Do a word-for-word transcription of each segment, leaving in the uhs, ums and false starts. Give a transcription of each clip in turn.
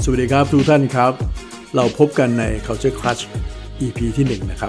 สวัสดีครับทุกท่านครับเราพบกันใน Culture Crush อี พี ที่หนึ่งนะครับ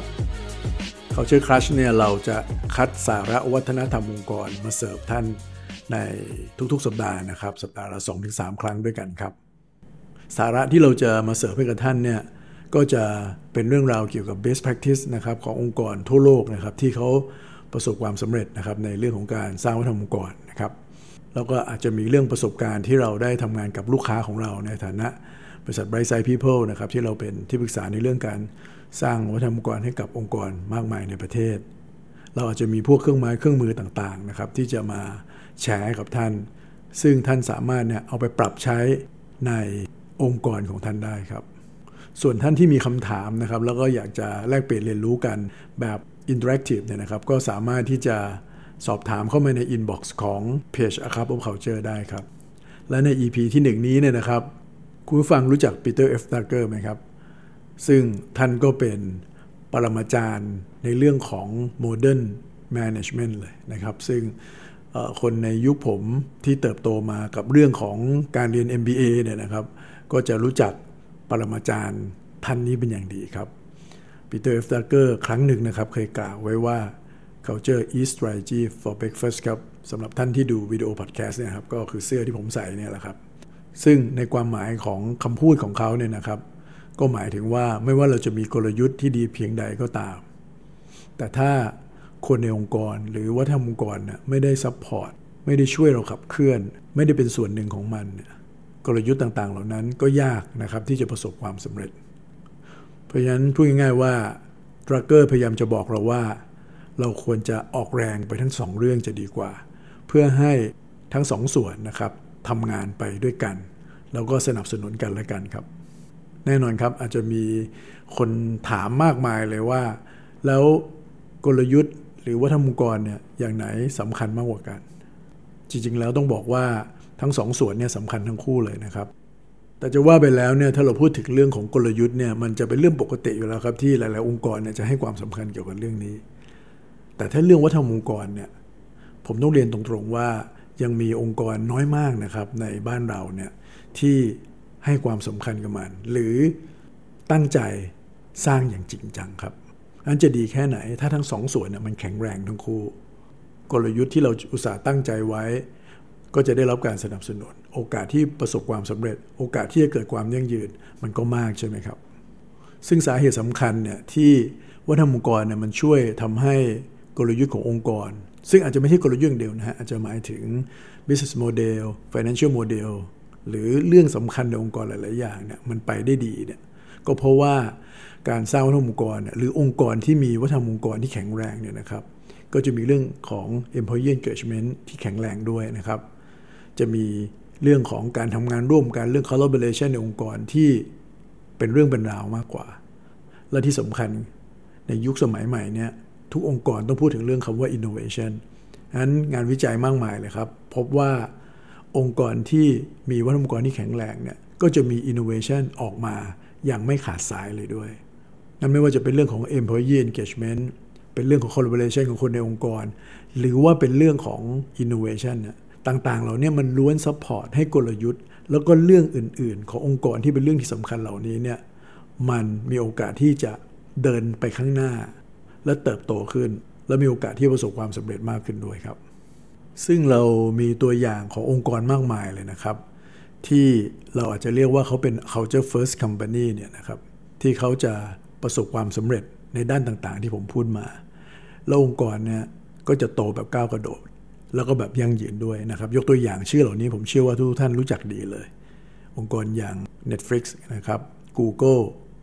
Culture Crush เนี่ยเราจะคัดสาระวัฒนธรรมองค์กรมาเสิร์ฟท่านในทุกๆสัปดาห์นะครับสัปดาห์ละ สองถึงสาม ครั้งด้วยกันครับสาระที่เราจะมาเสิร์ฟให้กับท่านเนี่ยก็จะเป็นเรื่องราวเกี่ยวกับ best practice นะครับขององค์กรทั่วโลกนะครับที่เขาประสบความสำเร็จนะครับในเรื่องของการสร้างวัฒนธรรมองค์กรนะครับแล้วก็อาจจะมีเรื่องประสบการณ์ที่เราได้ทำงานกับลูกค้าของเราในฐานะบริษัท Brightside People นะครับที่เราเป็นที่ปรึกษาในเรื่องการสร้างวัฒนธรรมองค์กรให้กับองค์กรมากมายในประเทศเราอาจจะมีพวกเครื่องไม้เครื่องมือต่างๆนะครับที่จะมาแชร์กับท่านซึ่งท่านสามารถเนี่ยเอาไปปรับใช้ในองค์กรของท่านได้ครับส่วนท่านที่มีคำถามนะครับแล้วก็อยากจะแลกเปลี่ยนเรียนรู้กันแบบ interactive เนี่ยนะครับก็สามารถที่จะสอบถามเข้ามาใน inbox ของเพจ A Cup of Culture ได้ครับและใน อี พี ที่หนึ่งนี้เนี่ยนะครับคุณผู้ฟังรู้จักปีเตอร์ เอฟ ดักเกอร์ไหมครับซึ่งท่านก็เป็นปรมาจารย์ในเรื่องของ Modern Management เลยนะครับซึ่งคนในยุคผมที่เติบโตมากับเรื่องของการเรียน เอ็ม บี เอ เนี่ยนะครับก็จะรู้จักปรมาจารย์ท่านนี้เป็นอย่างดีครับปีเตอร์ เอฟ ดักเกอร์ครั้งหนึ่งนะครับเคยกล่าวไว้ว่า Culture is strategy for breakfast ครับสำหรับท่านที่ดูวิดีโอพอดแคสต์เนี่ยครับก็คือเสื้อที่ผมใส่เนี่ยแหละครับซึ่งในความหมายของคำพูดของเขาเนี่ยนะครับก็หมายถึงว่าไม่ว่าเราจะมีกลยุทธ์ที่ดีเพียงใดก็ตามแต่ถ้าคนในองค์กรหรือวัฒนธรรมองค์กรเนี่ยไม่ได้ซัพพอร์ตไม่ได้ช่วยเราขับเคลื่อนไม่ได้เป็นส่วนหนึ่งของมันเนี่ยกลยุทธ์ต่างๆเหล่านั้นก็ยากนะครับที่จะประสบความสำเร็จเพราะฉะนั้นพูดง่ายๆว่าดรักเกอร์พยายามจะบอกเราว่าเราควรจะออกแรงไปทั้งสองเรื่องจะดีกว่าเพื่อให้ทั้งสองส่วนนะครับทำงานไปด้วยกันแล้วก็สนับสนุนกันและกันครับแน่นอนครับอาจจะมีคนถามมากมายเลยว่าแล้วกลยุทธ์หรือวัฒนธรรมองค์กรเนี่ยอย่างไหนสำคัญมากกว่ากันจริงๆแล้วต้องบอกว่าทั้งสองส่วนเนี่ยสำคัญทั้งคู่เลยนะครับแต่จะว่าไปแล้วเนี่ยถ้าเราพูดถึงเรื่องของกลยุทธ์เนี่ยมันจะเป็นเรื่องปกติอยู่แล้วครับที่หลายๆองค์กรเนี่ยจะให้ความสำคัญเกี่ยวกับเรื่องนี้แต่ถ้าเรื่องวัฒนธรรมองค์กรเนี่ยผมต้องเรียนตรงๆว่ายังมีองค์กรน้อยมากนะครับในบ้านเราเนี่ยที่ให้ความสำคัญกับมันหรือตั้งใจสร้างอย่างจริงจังครับอันจะดีแค่ไหนถ้าทั้งสองส่วนเนี่ยมันแข็งแรงทั้งคู่กลยุทธ์ที่เราอุตส่าห์ตั้งใจไว้ก็จะได้รับการสนับสนุนโอกาสที่ประสบความสำเร็จโอกาสที่จะเกิดความยั่งยืนมันก็มากใช่ไหมครับซึ่งสาเหตุสำคัญเนี่ยที่วัฒนธรรมองค์กรเนี่ยมันช่วยทำให้กลยุทธ์ขององค์กรซึ่งอาจจะไม่ใช่กลยุทธ์อย่างเดียวนะฮะอาจจะหมายถึง business model financial model หรือเรื่องสำคัญในองค์กรหลายๆอย่างเนี่ยมันไปได้ดีเนี่ยก็เพราะว่าการสร้างวัฒนธรรมองค์กรเนี่ยหรือองค์กรที่มีวัฒนธรรมองค์กรที่แข็งแรงเนี่ยนะครับก็จะมีเรื่องของ employee engagement ที่แข็งแรงด้วยนะครับจะมีเรื่องของการทำงานร่วมกันเรื่อง collaboration ในองค์กรที่เป็นเรื่องเป็นราวมากกว่าและที่สำคัญในยุคสมัยใหม่เนี่ยทุกองค์กรต้องพูดถึงเรื่องคำว่า innovation งั้นงานวิจัยมากมายเลยครับพบว่าองค์กรที่มีวัฒนธรรมองค์กรที่แข็งแรงเนี่ยก็จะมี innovation ออกมาอย่างไม่ขาดสายเลยด้วยนั่นไม่ว่าจะเป็นเรื่องของ employee engagement เป็นเรื่องของ collaboration ของคนในองค์กรหรือว่าเป็นเรื่องของ innovation เนี่ยต่างๆเหล่านี้มันล้วนซัพพอร์ตให้กลยุทธ์แล้วก็เรื่องอื่นๆขององค์กรที่เป็นเรื่องที่สำคัญเหล่านี้เนี่ยมันมีโอกาสที่จะเดินไปข้างหน้าและเติบโตขึ้นและมีโอกาสที่ประสบความสำเร็จมากขึ้นด้วยครับซึ่งเรามีตัวอย่างขององค์กรมากมายเลยนะครับที่เราอาจจะเรียกว่าเขาเป็น culture first company เนี่ยนะครับที่เขาจะประสบความสำเร็จในด้านต่างๆที่ผมพูดมาแล้วองค์กรเนี่ยก็จะโตแบบก้าวกระโดดแล้วก็แบบยั่งยืนด้วยนะครับยกตัวอย่างชื่อเหล่านี้ผมเชื่อว่าทุกท่านรู้จักดีเลยองค์กรอย่าง Netflix นะครับ Google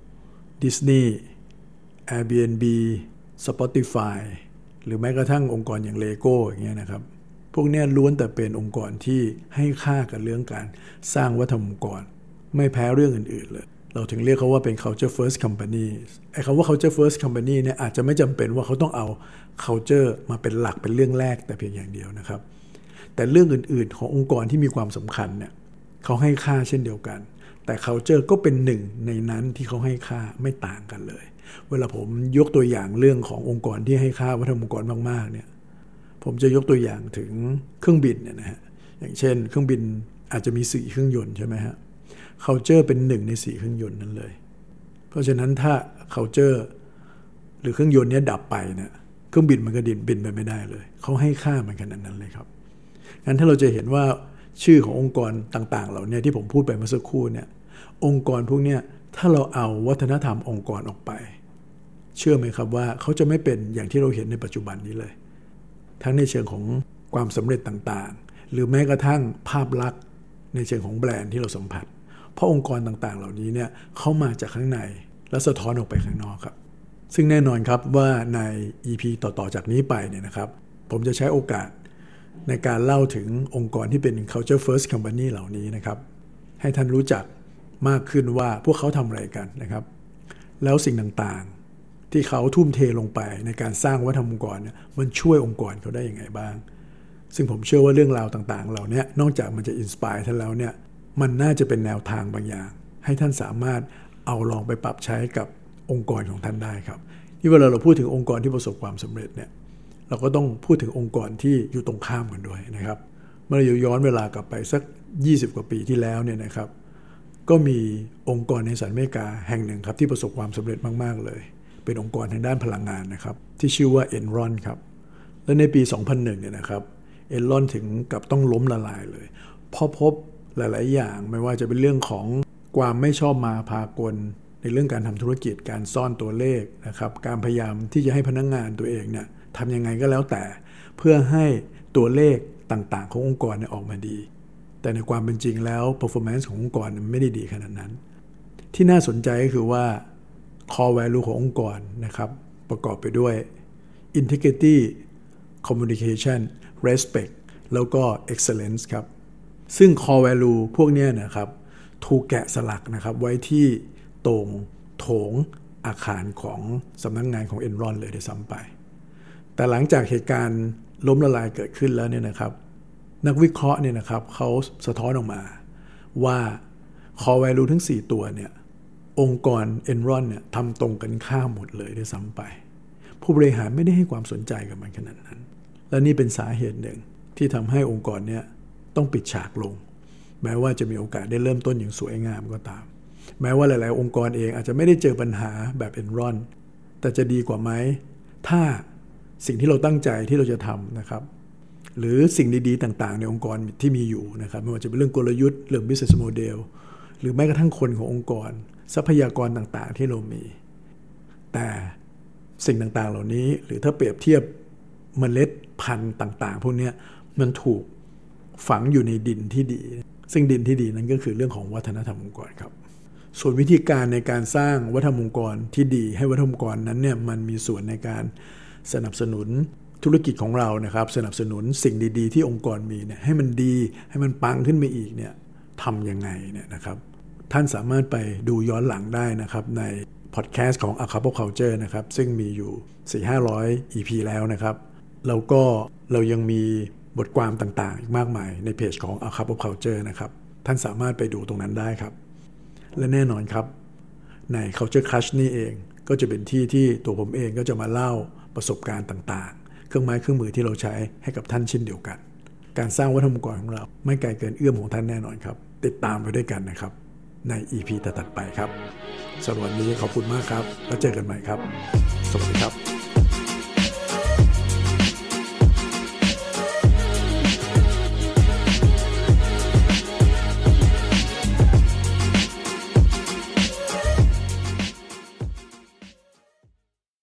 Disney Airbnb Spotify หรือแม้กระทั่งองค์กรอย่าง Lego อย่างเงี้ยนะครับพวกนี้ล้วนแต่เป็นองค์กรที่ให้ค่ากับเรื่องการสร้างวัฒนธรรมองค์กรไม่แพ้เรื่องอื่นๆเลยเราถึงเรียกเขาว่าเป็น culture first company ไอ้คำว่า culture first company เนี่ยอาจจะไม่จำเป็นว่าเขาต้องเอา culture มาเป็นหลักเป็นเรื่องแรกแต่เพียงอย่างเดียวนะครับแต่เรื่องอื่นๆขององค์กรที่มีความสำคัญเนี่ยเขาให้ค่าเช่นเดียวกันแต่ culture ก็เป็นหนึ่งในนั้นที่เขาให้ค่าไม่ต่างกันเลยเวลาผมยกตัวอย่างเรื่องขององค์กรที่ให้ค่าวัฒนธรรมองค์กรมากๆเนี่ยผมจะยกตัวอย่างถึงเครื่องบินเนี่ยนะฮะอย่างเช่นเครื่องบินอาจจะมีสี่เครื่องยนต์ใช่ไหมฮะ culture เป็นหนึ่งในสี่เครื่องยนต์นั้นเลยเพราะฉะนั้นถ้า culture หรือเครื่องยนต์นี้ดับไปเนี่ยเครื่องบินมันก็ดินบินไปไม่ได้เลยเขาให้ค่ามันขนาดนั้นเลยครับงั้นถ้าเราจะเห็นว่าชื่อขององค์กรต่างๆเหล่านี้ที่ผมพูดไปเมื่อสักครู่เนี่ยองค์กรพวกนี้ถ้าเราเอาวัฒนธรรมองค์กรออกไปเชื่อไหมครับว่าเขาจะไม่เป็นอย่างที่เราเห็นในปัจจุบันนี้เลยทั้งในเชิงของความสำเร็จต่างๆหรือแม้กระทั่งภาพลักษณ์ในเชิงของแบรนด์ที่เราสัมผัสเพราะองค์กรต่างๆเหล่านี้เนี่ยเขามาจากข้างในและสะท้อนออกไปข้างนอกครับซึ่งแน่นอนครับว่าใน อี พี ต่อๆจากนี้ไปเนี่ยนะครับผมจะใช้โอกาสในการเล่าถึงองค์กรที่เป็น culture first company เหล่านี้นะครับให้ท่านรู้จักมากขึ้นว่าพวกเขาทำอะไรกันนะครับแล้วสิ่งต่างๆที่เขาทุ่มเทลงไปในการสร้างวัฒนธรรมองค์กรเนี่ยมันช่วยองค์กรเขาได้ยังไงบ้างซึ่งผมเชื่อว่าเรื่องราวต่างๆเหล่านี้นอกจากมันจะอินสไปร์ท่านแล้วเนี่ยมันน่าจะเป็นแนวทางบางอย่างให้ท่านสามารถเอาลองไปปรับใช้กับองค์กรของท่านได้ครับที่เวลาเราพูดถึงองค์กรที่ประสบความสำเร็จเนี่ยเราก็ต้องพูดถึงองค์กรที่อยู่ตรงข้ามกันด้วยนะครับเมื่อเราย้อนเวลากลับไปสักยี่สิบกว่าปีที่แล้วเนี่ยนะครับก็มีองค์กรในสหรัฐอเมริกาแห่งหนึ่งครับที่ประสบความสำเร็จมากๆเลยเป็นองค์กรทางด้านพลังงานนะครับที่ชื่อว่า Enron ครับและในปีสองพันหนึ่งเนี่ยนะครับ Enron ถึงกับต้องล้มละลายเลยเพราะพบหลายๆอย่างไม่ว่าจะเป็นเรื่องของความไม่ชอบมาพากลในเรื่องการทำธุรกิจการซ่อนตัวเลขนะครับการพยายามที่จะให้พนักงานตัวเองเนี่ยทำยังไงก็แล้วแต่เพื่อให้ตัวเลขต่างๆขององค์กรเนี่ยออกมาดีแต่ในความเป็นจริงแล้ว performance ขององค์กรไม่ได้ดีขนาดนั้นที่น่าสนใจก็คือว่า core value ขององค์กรนะครับประกอบไปด้วย integrity communication respect แล้วก็ excellence ครับซึ่ง core value พวกนี้นะครับถูกแกะสลักนะครับไว้ที่ตรงโถงอาคารของสำนักงานของ Enron เลยด้วยซ้ำไปแต่หลังจากเหตุการณ์ล้มละลายเกิดขึ้นแล้วเนี่ยนะครับนักวิเคราะห์เนี่ยนะครับเขาสะท้อนออกมาว่า core value ทั้งสี่ตัวเนี่ยองค์กร Enron เนี่ยทำตรงกันข้ามหมดเลยด้วยซ้ำไปผู้บริหารไม่ได้ให้ความสนใจกับมันขนาดนั้นและนี่เป็นสาเหตุหนึ่งที่ทำให้องค์กรเนี่ยต้องปิดฉากลงแม้ว่าจะมีโอกาสได้เริ่มต้นอย่างสวยงามก็ตามแม้ว่าหลายๆองค์กรเองอาจจะไม่ได้เจอปัญหาแบบ Enron แต่จะดีกว่าไหมถ้าสิ่งที่เราตั้งใจที่เราจะทำนะครับหรือสิ่งดีๆต่างๆในองค์กรที่มีอยู่นะครับไม่ว่าจะเป็นเรื่องกลยุทธ์เรื่อง business model หรือแม้กระทั่งคนขององค์กรทรัพยากรต่างๆที่เรามีแต่สิ่งต่างๆเหล่านี้หรือถ้าเปรียบเทียบเมล็ดพันธุ์ต่างๆพวกนี้มันถูกฝังอยู่ในดินที่ดีซึ่งดินที่ดีนั้นก็คือเรื่องของวัฒนธรรมองค์กรครับส่วนวิธีการในการสร้างวัฒนธรรมองค์กรที่ดีให้วัฒนธรรมองค์กรนั้นเนี่ยมันมีส่วนในการสนับสนุนธุรกิจของเรานะครับสนับสนุนสิ่งดีๆที่องค์กรมีเนี่ยให้มันดีให้มันปังขึ้นไปอีกเนี่ยทำยังไงเนี่ยนะครับท่านสามารถไปดูย้อนหลังได้นะครับในพอดแคสต์ของ A Cup of Culture นะครับซึ่งมีอยู่ สี่ถึงห้าร้อย อี พี แล้วนะครับแล้วก็เรายังมีบทความต่างๆอีกมากมายในเพจของ A Cup of Culture นะครับท่านสามารถไปดูตรงนั้นได้ครับและแน่นอนครับใน Culture Crush นี่เองก็จะเป็นที่ที่ตัวผมเองก็จะมาเล่าประสบการณ์ต่างๆเครื่องไม้เครื่องมือที่เราใช้ให้กับท่านเช่นเดียวกันการสร้างวัฒนธรรมองค์กรของเราไม่ไกลเกินเอื้อมของท่านแน่นอนครับติดตามไปด้วยกันนะครับใน อี พี ถัดๆไปครับสำหรับวันนี้ขอบคุณมากครับแล้วเจอกันใหม่ครับสวัสดีครับ